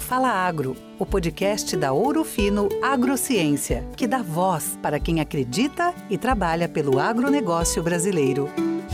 Fala Agro, o podcast da Ouro Fino Agrociência, que dá voz para quem acredita e trabalha pelo agronegócio brasileiro.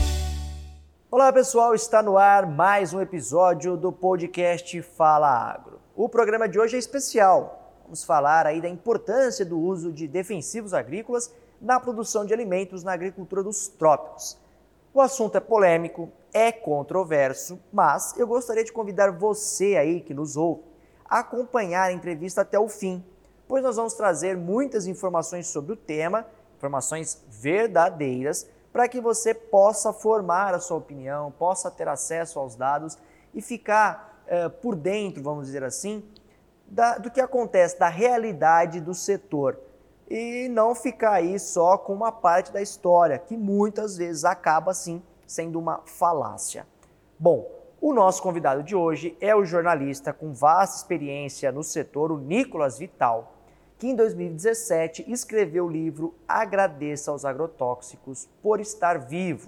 Olá pessoal, está no ar mais um episódio do podcast Fala Agro. O programa de hoje é especial. Vamos falar aí da importância do uso de defensivos agrícolas na produção de alimentos na agricultura dos trópicos. O assunto é polêmico, é controverso, mas eu gostaria de convidar você aí que nos ouve a acompanhar a entrevista até o fim, pois nós vamos trazer muitas informações sobre o tema, informações verdadeiras, para que você possa formar a sua opinião, possa ter acesso aos dados e ficar por dentro, vamos dizer assim, do que acontece, da realidade do setor. E não ficar aí só com uma parte da história, que muitas vezes acaba, sim, sendo uma falácia. Bom, o nosso convidado de hoje é o jornalista com vasta experiência no setor, o Nicolas Vital, que em 2017 escreveu o livro Agradeça aos Agrotóxicos por Estar Vivo.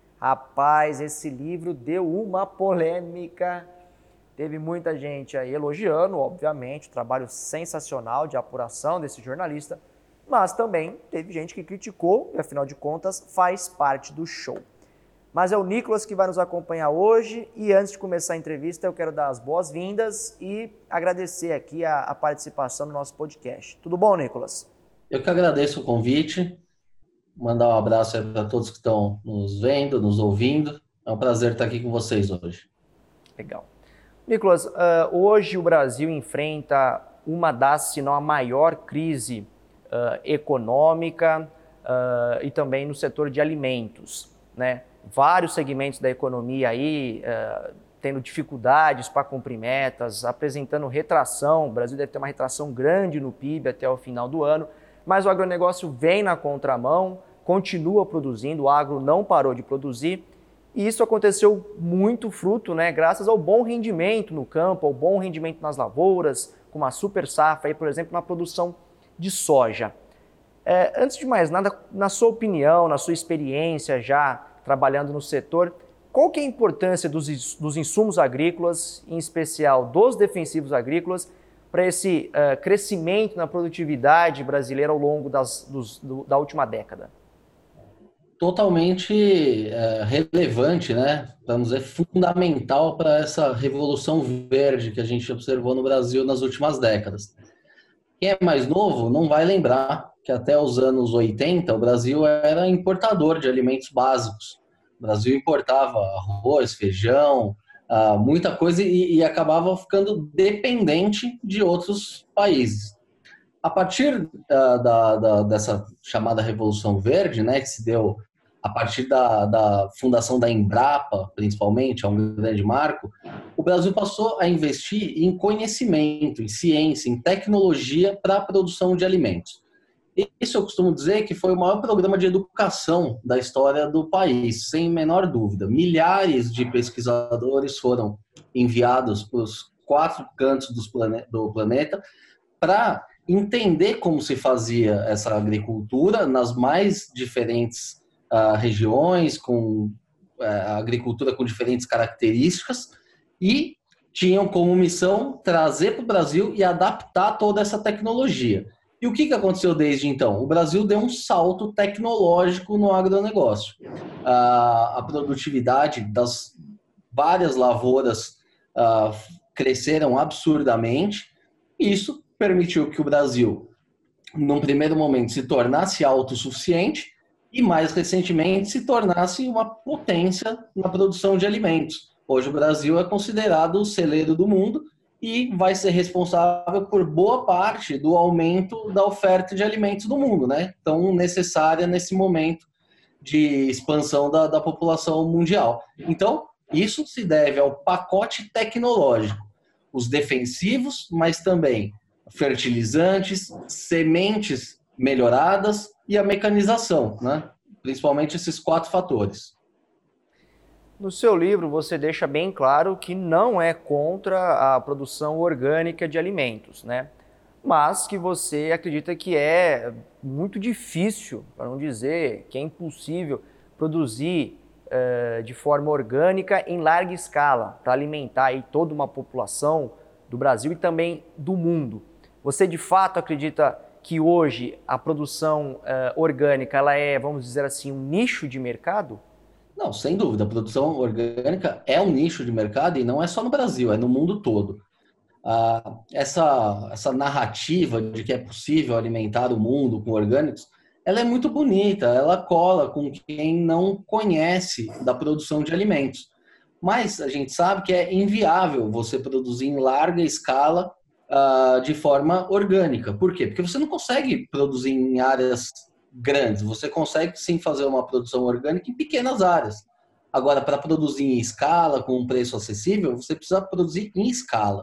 Rapaz, esse livro deu uma polêmica. Teve muita gente aí elogiando, obviamente, o trabalho sensacional de apuração desse jornalista, mas também teve gente que criticou e, afinal de contas, faz parte do show. Mas é o Nicolas que vai nos acompanhar hoje e antes de começar a entrevista eu quero dar as boas-vindas e agradecer aqui a participação no nosso podcast. Tudo bom, Nicolas? Eu que agradeço o convite, mandar um abraço aí para todos que estão nos vendo, nos ouvindo. É um prazer estar aqui com vocês hoje. Legal. Nicolas, hoje o Brasil enfrenta uma das, se não a maior crise econômica e também no setor de alimentos, né? Vários segmentos da economia aí tendo dificuldades para cumprir metas, apresentando retração. O Brasil deve ter uma retração grande no PIB até o final do ano, mas o agronegócio vem na contramão, continua produzindo, o agro não parou de produzir, e isso aconteceu muito fruto, né, graças ao bom rendimento no campo, ao bom rendimento nas lavouras, com uma super safra, aí, por exemplo, na produção de soja. Antes de mais nada, na sua opinião, na sua experiência já trabalhando no setor, qual que é a importância dos insumos agrícolas, em especial dos defensivos agrícolas, para esse crescimento na produtividade brasileira ao longo da última década? Totalmente relevante, né? Vamos dizer, fundamental para essa revolução verde que a gente observou no Brasil nas últimas décadas. Quem é mais novo não vai lembrar que até os anos 80 o Brasil era importador de alimentos básicos. O Brasil importava arroz, feijão, muita coisa e acabava ficando dependente de outros países. A partir dessa chamada Revolução Verde, né, que se deu a partir da fundação da Embrapa, principalmente, é um grande marco, o Brasil passou a investir em conhecimento, em ciência, em tecnologia para a produção de alimentos. Isso eu costumo dizer que foi o maior programa de educação da história do país, sem menor dúvida. Milhares de pesquisadores foram enviados para os 4 cantos do planeta para entender como se fazia essa agricultura nas mais diferentes regiões, com agricultura com diferentes características, e tinham como missão trazer para o Brasil e adaptar toda essa tecnologia. E o que aconteceu desde então? O Brasil deu um salto tecnológico no agronegócio. A produtividade das várias lavouras cresceram absurdamente, e isso permitiu que o Brasil, num primeiro momento, se tornasse autossuficiente e, mais recentemente, se tornasse uma potência na produção de alimentos. Hoje o Brasil é considerado o celeiro do mundo e vai ser responsável por boa parte do aumento da oferta de alimentos do mundo, né? Tão necessária nesse momento de expansão da população mundial. Então, isso se deve ao pacote tecnológico, os defensivos, mas também fertilizantes, sementes melhoradas e a mecanização, né? Principalmente esses 4 fatores. No seu livro, você deixa bem claro que não é contra a produção orgânica de alimentos, né? Mas que você acredita que é muito difícil, para não dizer que é impossível, produzir de forma orgânica em larga escala, para alimentar aí toda uma população do Brasil e também do mundo. Você de fato acredita que hoje a produção orgânica ela é, vamos dizer assim, um nicho de mercado? Não, sem dúvida. A produção orgânica é um nicho de mercado e não é só no Brasil, é no mundo todo. Essa narrativa de que é possível alimentar o mundo com orgânicos, ela é muito bonita, ela cola com quem não conhece da produção de alimentos. Mas a gente sabe que é inviável você produzir em larga escala de forma orgânica. Por quê? Porque você não consegue produzir em áreas grandes, você consegue sim fazer uma produção orgânica em pequenas áreas. Agora, para produzir em escala, com um preço acessível, você precisa produzir em escala.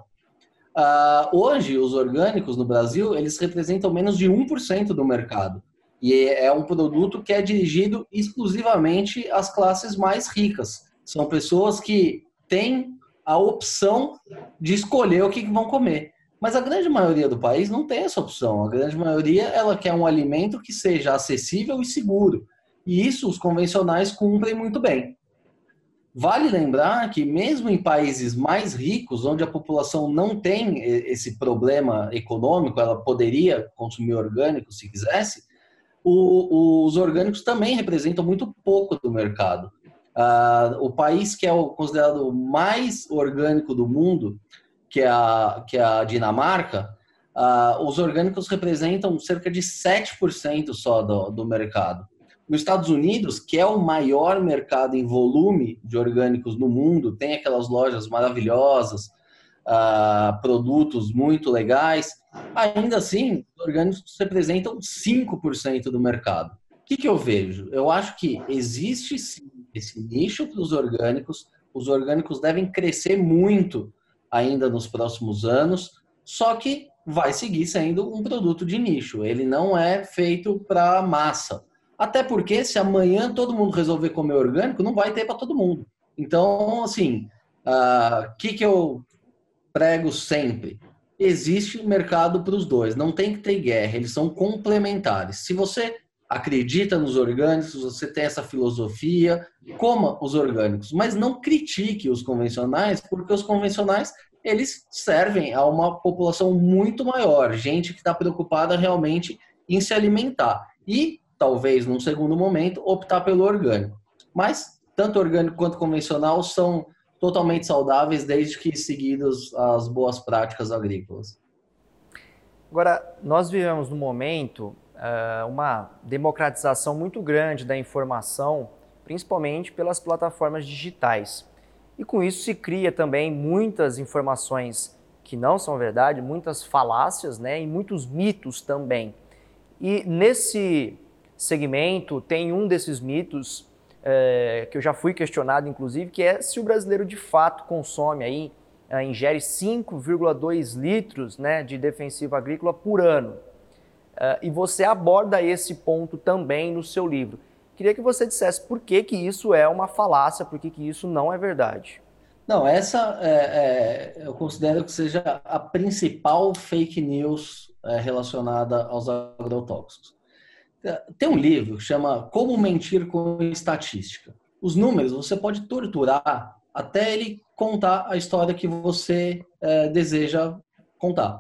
Hoje, os orgânicos no Brasil, eles representam menos de 1% do mercado. E é um produto que é dirigido exclusivamente às classes mais ricas. São pessoas que têm a opção de escolher o que vão comer. Mas a grande maioria do país não tem essa opção. A grande maioria, ela quer um alimento que seja acessível e seguro. E isso os convencionais cumprem muito bem. Vale lembrar que mesmo em países mais ricos, onde a população não tem esse problema econômico, ela poderia consumir orgânico se quisesse, os orgânicos também representam muito pouco do mercado. O país que é considerado mais orgânico do mundo, que é a Dinamarca, os orgânicos representam cerca de 7% só do mercado. Nos Estados Unidos, que é o maior mercado em volume de orgânicos no mundo, tem aquelas lojas maravilhosas, produtos muito legais, ainda assim, os orgânicos representam 5% do mercado. O que eu vejo? Eu acho que existe sim esse nicho para os orgânicos devem crescer muito ainda nos próximos anos, só que vai seguir sendo um produto de nicho, ele não é feito para massa. Até porque, se amanhã todo mundo resolver comer orgânico, não vai ter para todo mundo. Então, assim, que eu prego sempre? Existe mercado para os dois, não tem que ter guerra, eles são complementares. Se você acredita nos orgânicos, você tem essa filosofia, coma os orgânicos, mas não critique os convencionais, porque os convencionais, eles servem a uma população muito maior, gente que está preocupada realmente em se alimentar. E talvez, num segundo momento, optar pelo orgânico. Mas, tanto orgânico quanto convencional são totalmente saudáveis, desde que seguidas as boas práticas agrícolas. Agora, nós vivemos num momento, uma democratização muito grande da informação, principalmente pelas plataformas digitais. E com isso se cria também muitas informações que não são verdade, muitas falácias, né, e muitos mitos também. E nesse segmento tem um desses mitos que eu já fui questionado, inclusive, que é se o brasileiro de fato consome aí, ingere 5,2 litros, né, de defensivo agrícola por ano. E você aborda esse ponto também no seu livro. Queria que você dissesse por que isso é uma falácia, por que isso não é verdade. Não, essa eu considero que seja a principal fake news relacionada aos agrotóxicos. Tem um livro que chama Como Mentir com Estatística. Os números você pode torturar até ele contar a história que você deseja contar.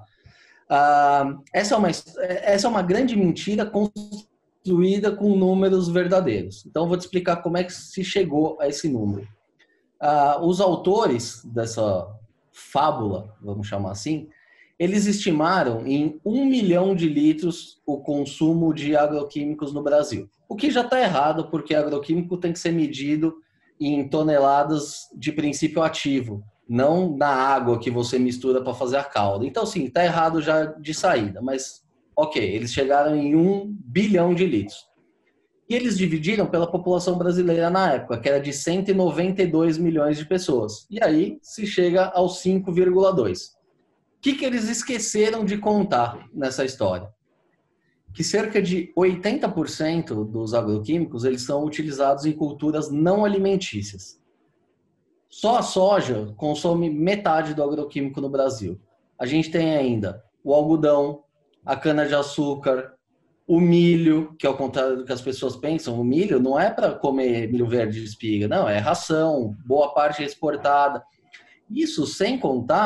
Essa é uma grande mentira construída com números verdadeiros. Então, eu vou te explicar como é que se chegou a esse número. Os autores dessa fábula, vamos chamar assim, eles estimaram em 1 milhão de litros o consumo de agroquímicos no Brasil. O que já está errado, porque agroquímico tem que ser medido em toneladas de princípio ativo, não na água que você mistura para fazer a calda. Então, sim, está errado já de saída, mas ok, eles chegaram em 1 bilhão de litros. E eles dividiram pela população brasileira na época, que era de 192 milhões de pessoas. E aí se chega aos 5,2. O que eles esqueceram de contar nessa história? Que cerca de 80% dos agroquímicos eles são utilizados em culturas não alimentícias. Só a soja consome metade do agroquímico no Brasil. A gente tem ainda o algodão, a cana-de-açúcar, o milho, que ao contrário do que as pessoas pensam, o milho não é para comer milho verde de espiga, não, é ração, boa parte é exportada. Isso sem contar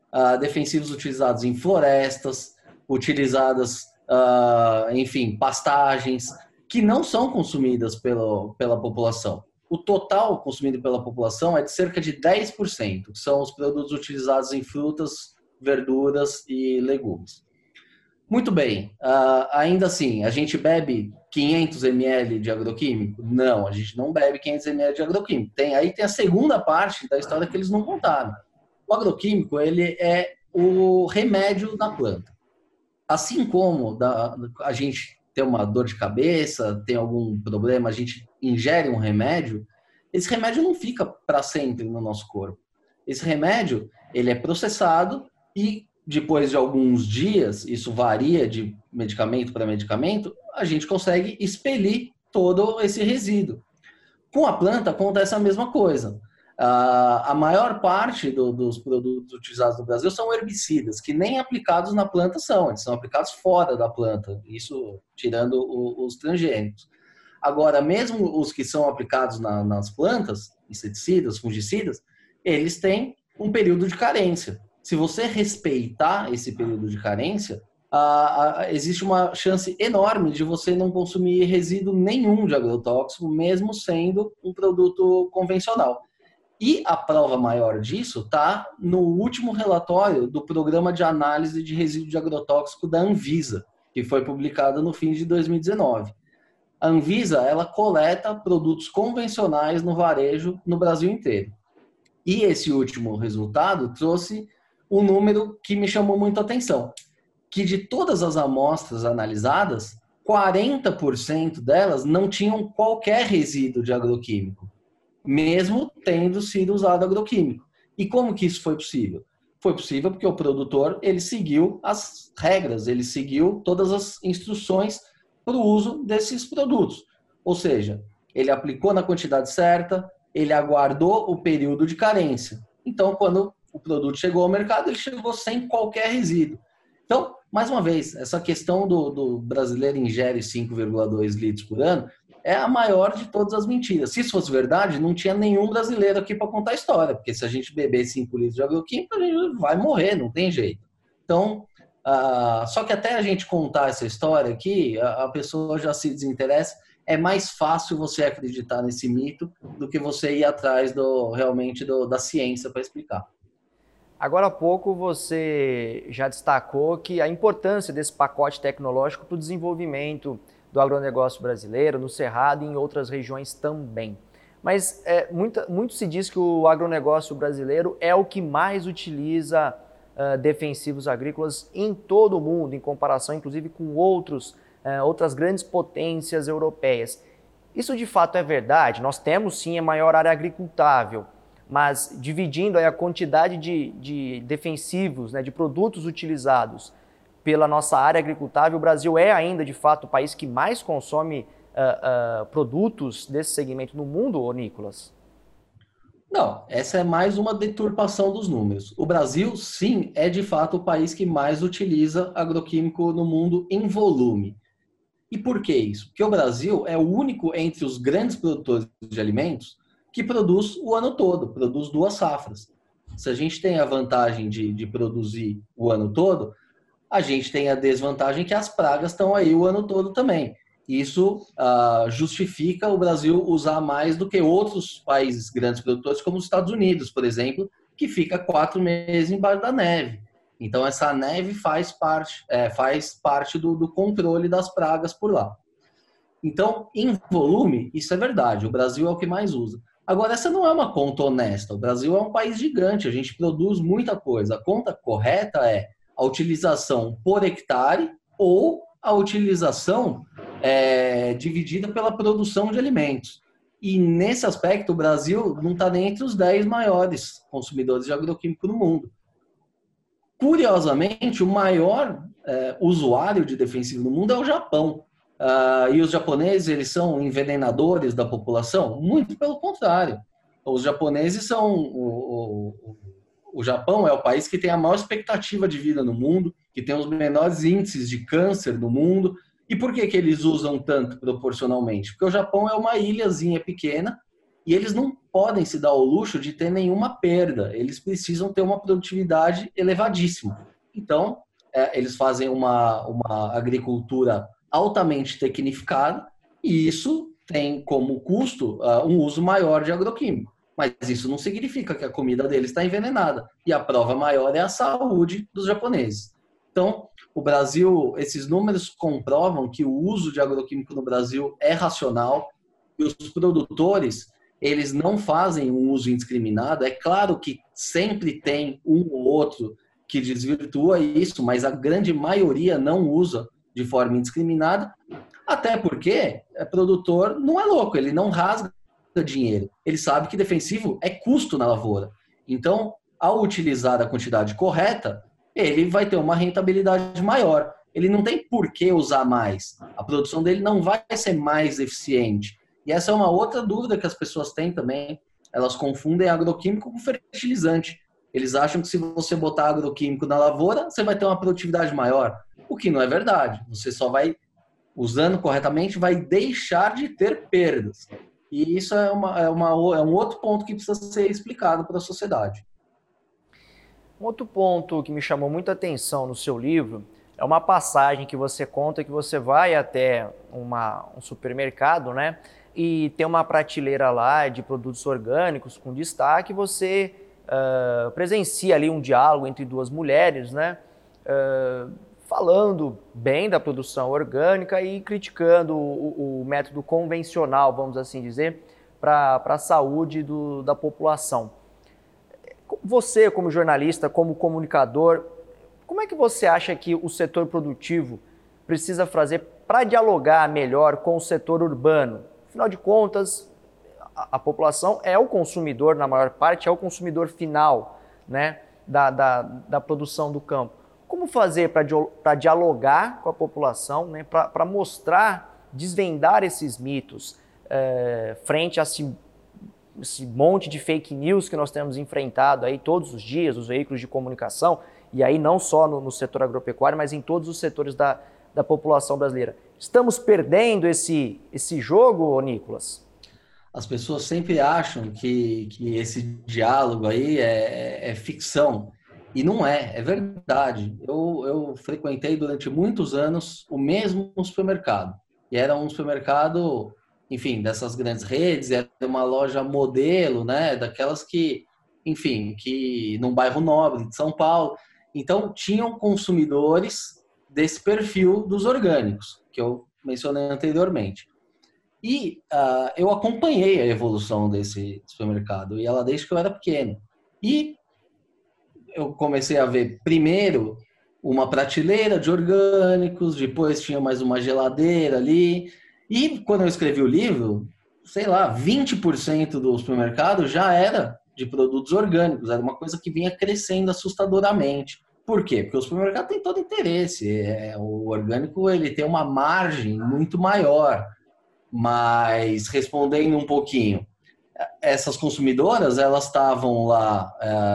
defensivos utilizados em florestas, utilizadas, enfim, pastagens, que não são consumidas pela população. O total consumido pela população é de cerca de 10%, que são os produtos utilizados em frutas, verduras e legumes. Muito bem, ainda assim, a gente bebe 500 ml de agroquímico? Não, a gente não bebe 500 ml de agroquímico. Aí tem a segunda parte da história que eles não contaram. O agroquímico, ele é o remédio da planta. Assim como a gente tem uma dor de cabeça, tem algum problema, a gente ingere um remédio, esse remédio não fica para sempre no nosso corpo. Esse remédio, ele é processado e depois de alguns dias, isso varia de medicamento para medicamento, a gente consegue expelir todo esse resíduo. Com a planta acontece a mesma coisa. A maior parte dos produtos utilizados no Brasil são herbicidas, que nem aplicados na planta são, eles são aplicados fora da planta, isso tirando os transgênicos. Agora, mesmo os que são aplicados nas plantas, inseticidas, fungicidas, eles têm um período de carência. Se você respeitar esse período de carência, existe uma chance enorme de você não consumir resíduo nenhum de agrotóxico, mesmo sendo um produto convencional. E a prova maior disso está no último relatório do Programa de Análise de Resíduo de Agrotóxico da Anvisa, que foi publicado no fim de 2019. A Anvisa, ela coleta produtos convencionais no varejo no Brasil inteiro. E esse último resultado trouxe um número que me chamou muito a atenção, que de todas as amostras analisadas, 40% delas não tinham qualquer resíduo de agroquímico, mesmo tendo sido usado agroquímico. E como que isso foi possível? Foi possível porque o produtor, ele seguiu as regras, ele seguiu todas as instruções para o uso desses produtos. Ou seja, ele aplicou na quantidade certa, ele aguardou o período de carência. Então, quando o produto chegou ao mercado, ele chegou sem qualquer resíduo. Então, mais uma vez, essa questão do brasileiro ingere 5,2 litros por ano é a maior de todas as mentiras. Se isso fosse verdade, não tinha nenhum brasileiro aqui para contar a história, porque se a gente beber 5 litros de agroquímico, a gente vai morrer, não tem jeito. Então, só que até a gente contar essa história aqui, a pessoa já se desinteressa, é mais fácil você acreditar nesse mito do que você ir atrás realmente da ciência para explicar. Agora há pouco você já destacou que a importância desse pacote tecnológico para o desenvolvimento do agronegócio brasileiro, no Cerrado e em outras regiões também. Mas muito se diz que o agronegócio brasileiro é o que mais utiliza defensivos agrícolas em todo o mundo, em comparação inclusive com outras grandes potências europeias. Isso de fato é verdade? Nós temos sim a maior área agricultável, mas dividindo aí a quantidade de defensivos, né, de produtos utilizados pela nossa área agricultável, o Brasil é ainda, de fato, o país que mais consome produtos desse segmento no mundo, ô Nicolas? Não, essa é mais uma deturpação dos números. O Brasil, sim, é de fato o país que mais utiliza agroquímico no mundo em volume. E por que isso? Porque o Brasil é o único entre os grandes produtores de alimentos que produz o ano todo, produz 2 safras. Se a gente tem a vantagem de produzir o ano todo, a gente tem a desvantagem que as pragas estão aí o ano todo também. Isso justifica o Brasil usar mais do que outros países grandes produtores, como os Estados Unidos, por exemplo, que fica 4 meses embaixo da neve. Então, essa neve faz parte do controle das pragas por lá. Então, em volume, isso é verdade. O Brasil é o que mais usa. Agora, essa não é uma conta honesta. O Brasil é um país gigante, a gente produz muita coisa. A conta correta é a utilização por hectare ou a utilização dividida pela produção de alimentos. E nesse aspecto, o Brasil não está nem entre os 10 maiores consumidores de agroquímico no mundo. Curiosamente, o maior usuário de defensivo no mundo é o Japão. E os japoneses, eles são envenenadores da população? Muito pelo contrário. Os japoneses são... O Japão é o país que tem a maior expectativa de vida no mundo, que tem os menores índices de câncer no mundo. E por que eles usam tanto proporcionalmente? Porque o Japão é uma ilhazinha pequena, e eles não podem se dar ao luxo de ter nenhuma perda. Eles precisam ter uma produtividade elevadíssima. Então, eles fazem uma agricultura altamente tecnificada e isso tem como custo um uso maior de agroquímico. Mas isso não significa que a comida deles está envenenada. E a prova maior é a saúde dos japoneses. Então, o Brasil, esses números comprovam que o uso de agroquímico no Brasil é racional e os produtores, eles não fazem um uso indiscriminado. É claro que sempre tem um ou outro que desvirtua isso, mas a grande maioria não usa de forma indiscriminada, até porque produtor não é louco, ele não rasga dinheiro. Ele sabe que defensivo é custo na lavoura. Então, ao utilizar a quantidade correta, ele vai ter uma rentabilidade maior. Ele não tem por que usar mais. A produção dele não vai ser mais eficiente. E essa é uma outra dúvida que as pessoas têm também. Elas confundem agroquímico com fertilizante. Eles acham que se você botar agroquímico na lavoura, você vai ter uma produtividade maior. O que não é verdade. Você só vai, usando corretamente, vai deixar de ter perdas. E isso é um outro ponto que precisa ser explicado para a sociedade. Um outro ponto que me chamou muita atenção no seu livro é uma passagem que você conta que você vai até um supermercado, né? E tem uma prateleira lá de produtos orgânicos com destaque, você presencia ali um diálogo entre duas mulheres, né? Falando bem da produção orgânica e criticando o método convencional, vamos assim dizer, para a saúde da população. Você, como jornalista, como comunicador, como é que você acha que o setor produtivo precisa fazer para dialogar melhor com o setor urbano? Afinal de contas, a população é o consumidor, na maior parte, é o consumidor final, né, da produção do campo. Como fazer para dialogar com a população, né, para mostrar, desvendar esses mitos frente a esse monte de fake news que nós temos enfrentado aí todos os dias, os veículos de comunicação, e aí não só no setor agropecuário, mas em todos os setores da população brasileira. Estamos perdendo esse jogo, Nicolas? As pessoas sempre acham que esse diálogo aí é ficção. E não é verdade. Eu frequentei durante muitos anos o mesmo supermercado. E era um supermercado, enfim, dessas grandes redes, era uma loja modelo, né? Daquelas que, enfim, que num bairro nobre de São Paulo. Então, tinham consumidores desse perfil dos orgânicos, que eu mencionei anteriormente. E eu acompanhei a evolução desse supermercado, e ela desde que eu era pequeno. E eu comecei a ver primeiro uma prateleira de orgânicos, depois tinha mais uma geladeira ali. E quando eu escrevi o livro, sei lá, 20% do supermercado já era de produtos orgânicos. Era uma coisa que vinha crescendo assustadoramente. Por quê? Porque o supermercado tem todo interesse. O orgânico ele tem uma margem muito maior. Mas, respondendo um pouquinho, essas consumidoras, elas estavam lá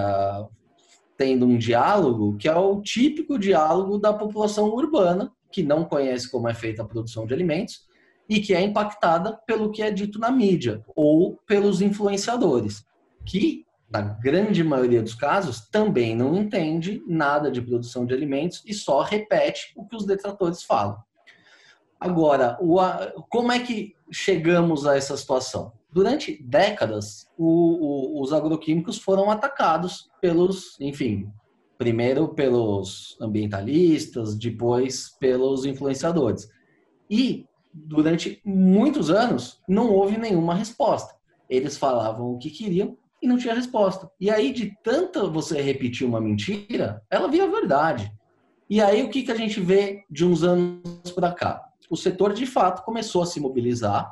tendo um diálogo que é o típico diálogo da população urbana, que não conhece como é feita a produção de alimentos e que é impactada pelo que é dito na mídia ou pelos influenciadores, que, na grande maioria dos casos, também não entende nada de produção de alimentos e só repete o que os detratores falam. Agora, como é que chegamos a essa situação? Durante décadas, os agroquímicos foram atacados pelos, enfim, primeiro pelos ambientalistas, depois pelos influenciadores. E, durante muitos anos, não houve nenhuma resposta. Eles falavam o que queriam e não tinha resposta. E aí, de tanto você repetir uma mentira, ela vira verdade. E aí, o que a gente vê de uns anos para cá? O setor, de fato, começou a se mobilizar,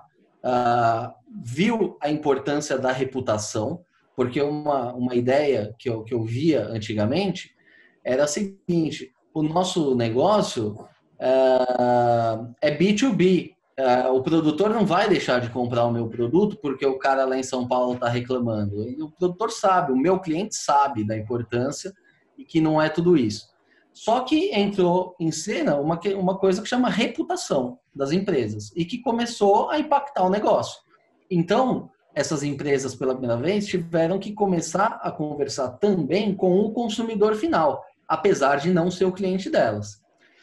viu a importância da reputação, porque uma ideia que eu via antigamente era a seguinte: o nosso negócio é B2B. O produtor não vai deixar de comprar o meu produto porque o cara lá em São Paulo está reclamando. O produtor sabe, o meu cliente sabe da importância e que não é tudo isso. Só que entrou em cena uma coisa que chama reputação das empresas e que começou a impactar o negócio. Então, essas empresas pela primeira vez tiveram que começar a conversar também com o consumidor final, apesar de não ser o cliente delas.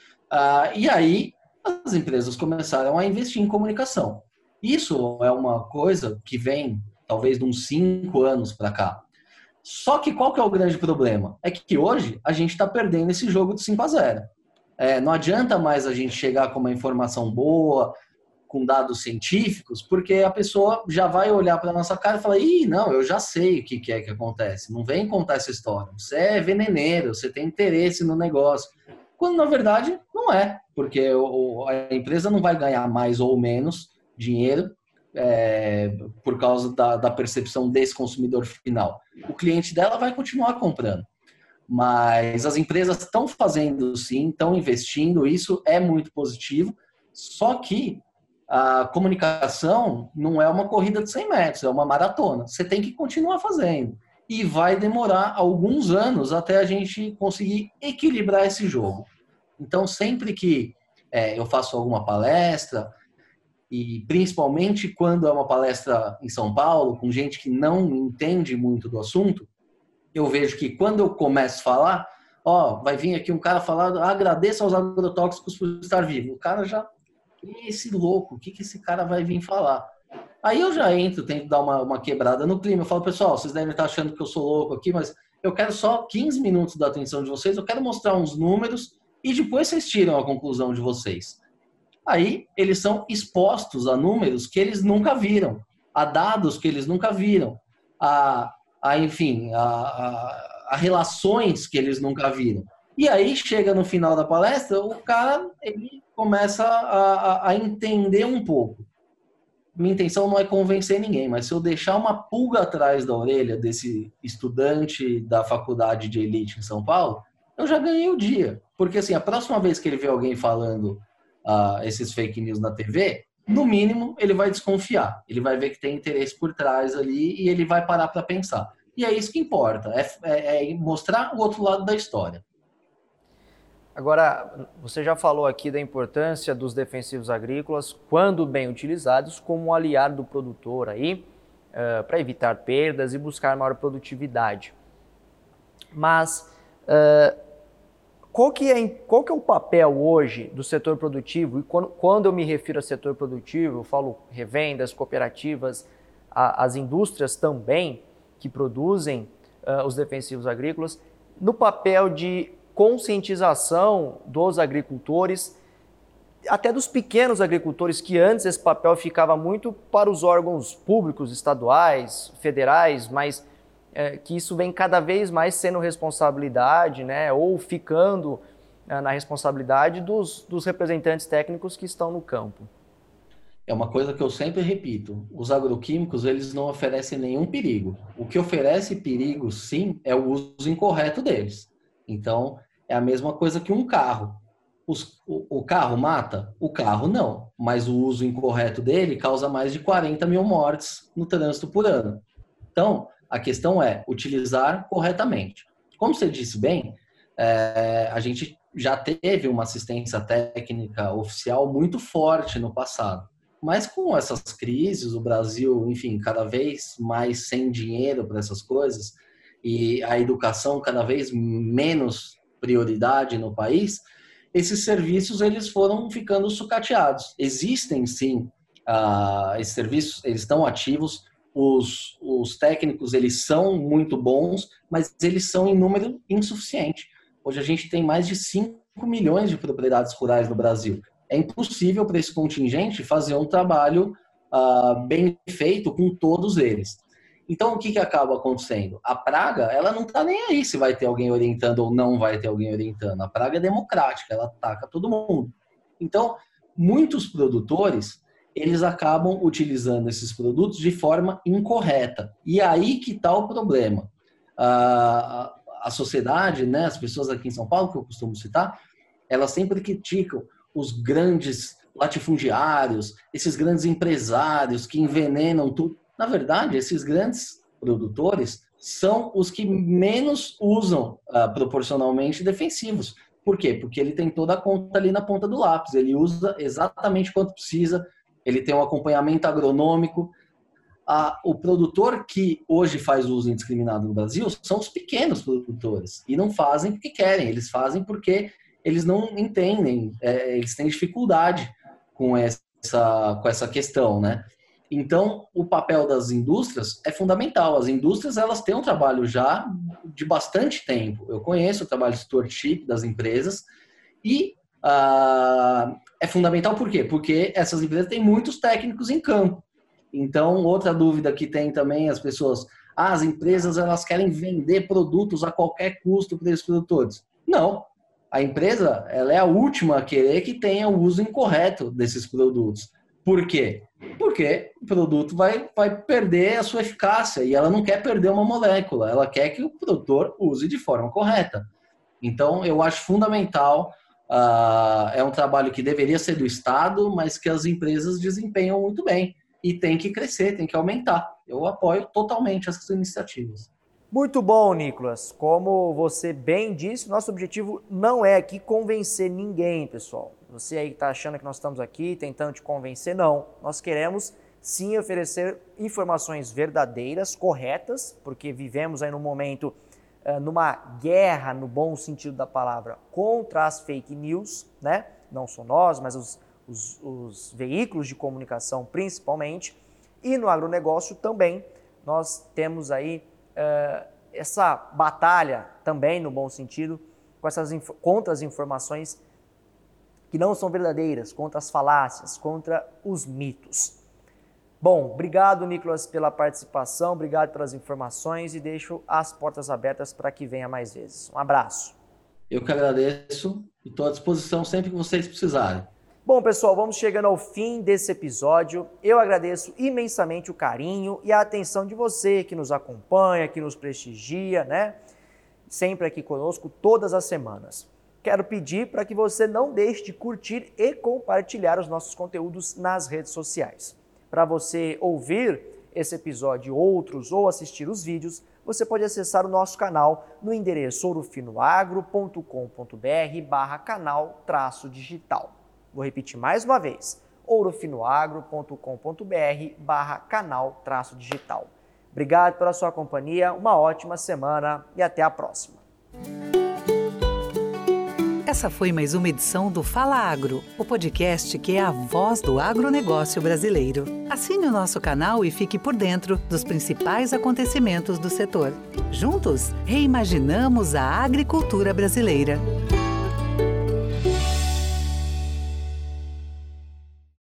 E aí as empresas começaram a investir em comunicação. Isso é uma coisa que vem talvez de uns 5 anos para cá. Só que qual que é o grande problema? É que hoje a gente está perdendo esse jogo de 5-0. Não adianta mais a gente chegar com uma informação boa, com dados científicos, porque a pessoa já vai olhar para a nossa cara e falar: ih, não, eu já sei o que é que acontece. Não vem contar essa história. Você é veneneiro, você tem interesse no negócio. Quando, na verdade, não é. Porque a empresa não vai ganhar mais ou menos dinheiro por causa da percepção desse consumidor final. O cliente dela vai continuar comprando. Mas as empresas estão fazendo sim, estão investindo, isso é muito positivo, só que a comunicação não é uma corrida de 100 metros, é uma maratona. Você tem que continuar fazendo. E vai demorar alguns anos até a gente conseguir equilibrar esse jogo. Então, sempre que eu faço alguma palestra, e principalmente quando é uma palestra em São Paulo, com gente que não entende muito do assunto, eu vejo que quando eu começo a falar, vai vir aqui um cara falar: agradeça aos agrotóxicos por estar vivo. O cara já, esse louco, o que esse cara vai vir falar? Aí eu já entro, tento dar uma quebrada no clima. Eu falo: pessoal, vocês devem estar achando que eu sou louco aqui, mas eu quero só 15 minutos da atenção de vocês, eu quero mostrar uns números e depois vocês tiram a conclusão de vocês. Aí eles são expostos a números que eles nunca viram, a dados que eles nunca viram, enfim, a relações que eles nunca viram. E aí chega no final da palestra, o cara ele começa a entender um pouco. Minha intenção não é convencer ninguém, mas se eu deixar uma pulga atrás da orelha desse estudante da faculdade de elite em São Paulo, eu já ganhei o dia. Porque assim, a próxima vez que ele vê alguém falando esses fake news na TV, no mínimo ele vai desconfiar. Ele vai ver que tem interesse por trás ali e ele vai parar para pensar. E é isso que importa, é mostrar o outro lado da história. Agora, você já falou aqui da importância dos defensivos agrícolas, quando bem utilizados, como um aliado do produtor aí, para evitar perdas e buscar maior produtividade. Mas qual que é o papel hoje do setor produtivo? E quando eu me refiro a setor produtivo, eu falo revendas, cooperativas, as indústrias também que produzem os defensivos agrícolas, no papel de conscientização dos agricultores, até dos pequenos agricultores, que antes esse papel ficava muito para os órgãos públicos, estaduais, federais, mas que isso vem cada vez mais sendo responsabilidade, né, ou ficando na responsabilidade dos representantes técnicos que estão no campo. É uma coisa que eu sempre repito: os agroquímicos eles não oferecem nenhum perigo. O que oferece perigo, sim, é o uso incorreto deles. Então, é a mesma coisa que um carro. O carro mata? O carro não, mas o uso incorreto dele causa mais de 40 mil mortes no trânsito por ano. Então, a questão é utilizar corretamente. Como você disse bem, a gente já teve uma assistência técnica oficial muito forte no passado. Mas com essas crises, o Brasil, enfim, cada vez mais sem dinheiro para essas coisas e a educação cada vez menos prioridade no país, esses serviços eles foram ficando sucateados. Existem sim esses serviços, eles estão ativos, os técnicos eles são muito bons, mas eles são em número insuficiente. Hoje a gente tem mais de 5 milhões de propriedades rurais no Brasil. É impossível para esse contingente fazer um trabalho bem feito com todos eles. Então, o que acaba acontecendo? A praga, ela não está nem aí se vai ter alguém orientando ou não vai ter alguém orientando. A praga é democrática, ela ataca todo mundo. Então, muitos produtores, eles acabam utilizando esses produtos de forma incorreta. E aí que está o problema. A sociedade, né, as pessoas aqui em São Paulo, que eu costumo citar, elas sempre criticam os grandes latifundiários, esses grandes empresários que envenenam tudo. Na verdade, esses grandes produtores são os que menos usam proporcionalmente defensivos. Por quê? Porque ele tem toda a conta ali na ponta do lápis. Ele usa exatamente quanto precisa, ele tem um acompanhamento agronômico. o produtor que hoje faz uso indiscriminado no Brasil são os pequenos produtores. E não fazem porque querem, eles fazem porque eles não entendem, eles têm dificuldade com essa questão, né? Então, o papel das indústrias é fundamental. As indústrias, elas têm um trabalho já de bastante tempo. Eu conheço o trabalho de stewardship das empresas e é fundamental por quê? Porque essas empresas têm muitos técnicos em campo. Então, outra dúvida que tem também as pessoas, as empresas elas querem vender produtos a qualquer custo para esses produtores. Não, a empresa ela é a última a querer que tenha o uso incorreto desses produtos. Por quê? Porque o produto vai perder a sua eficácia e ela não quer perder uma molécula, ela quer que o produtor use de forma correta. Então, eu acho fundamental, é um trabalho que deveria ser do Estado, mas que as empresas desempenham muito bem. E tem que crescer, tem que aumentar. Eu apoio totalmente essas iniciativas. Muito bom, Nicolas. Como você bem disse, nosso objetivo não é aqui convencer ninguém, pessoal. Você aí que está achando que nós estamos aqui tentando te convencer, não. Nós queremos sim oferecer informações verdadeiras, corretas, porque vivemos aí num momento, numa guerra, no bom sentido da palavra, contra as fake news, né? Não só nós, mas os veículos de comunicação principalmente, e no agronegócio também nós temos aí essa batalha também no bom sentido contra as informações que não são verdadeiras, contra as falácias, contra os mitos. Bom, obrigado, Nicolas, pela participação, obrigado pelas informações e deixo as portas abertas para que venha mais vezes. Um abraço. Eu que agradeço e estou à disposição sempre que vocês precisarem. Bom, pessoal, vamos chegando ao fim desse episódio. Eu agradeço imensamente o carinho e a atenção de você que nos acompanha, que nos prestigia, né? Sempre aqui conosco, todas as semanas. Quero pedir para que você não deixe de curtir e compartilhar os nossos conteúdos nas redes sociais. Para você ouvir esse episódio e outros ou assistir os vídeos, você pode acessar o nosso canal no endereço ourofinoagro.com.br/canal-digital. Vou repetir mais uma vez, ourofinoagro.com.br/canal-digital. Obrigado pela sua companhia, uma ótima semana e até a próxima. Essa foi mais uma edição do Fala Agro, o podcast que é a voz do agronegócio brasileiro. Assine o nosso canal e fique por dentro dos principais acontecimentos do setor. Juntos, reimaginamos a agricultura brasileira.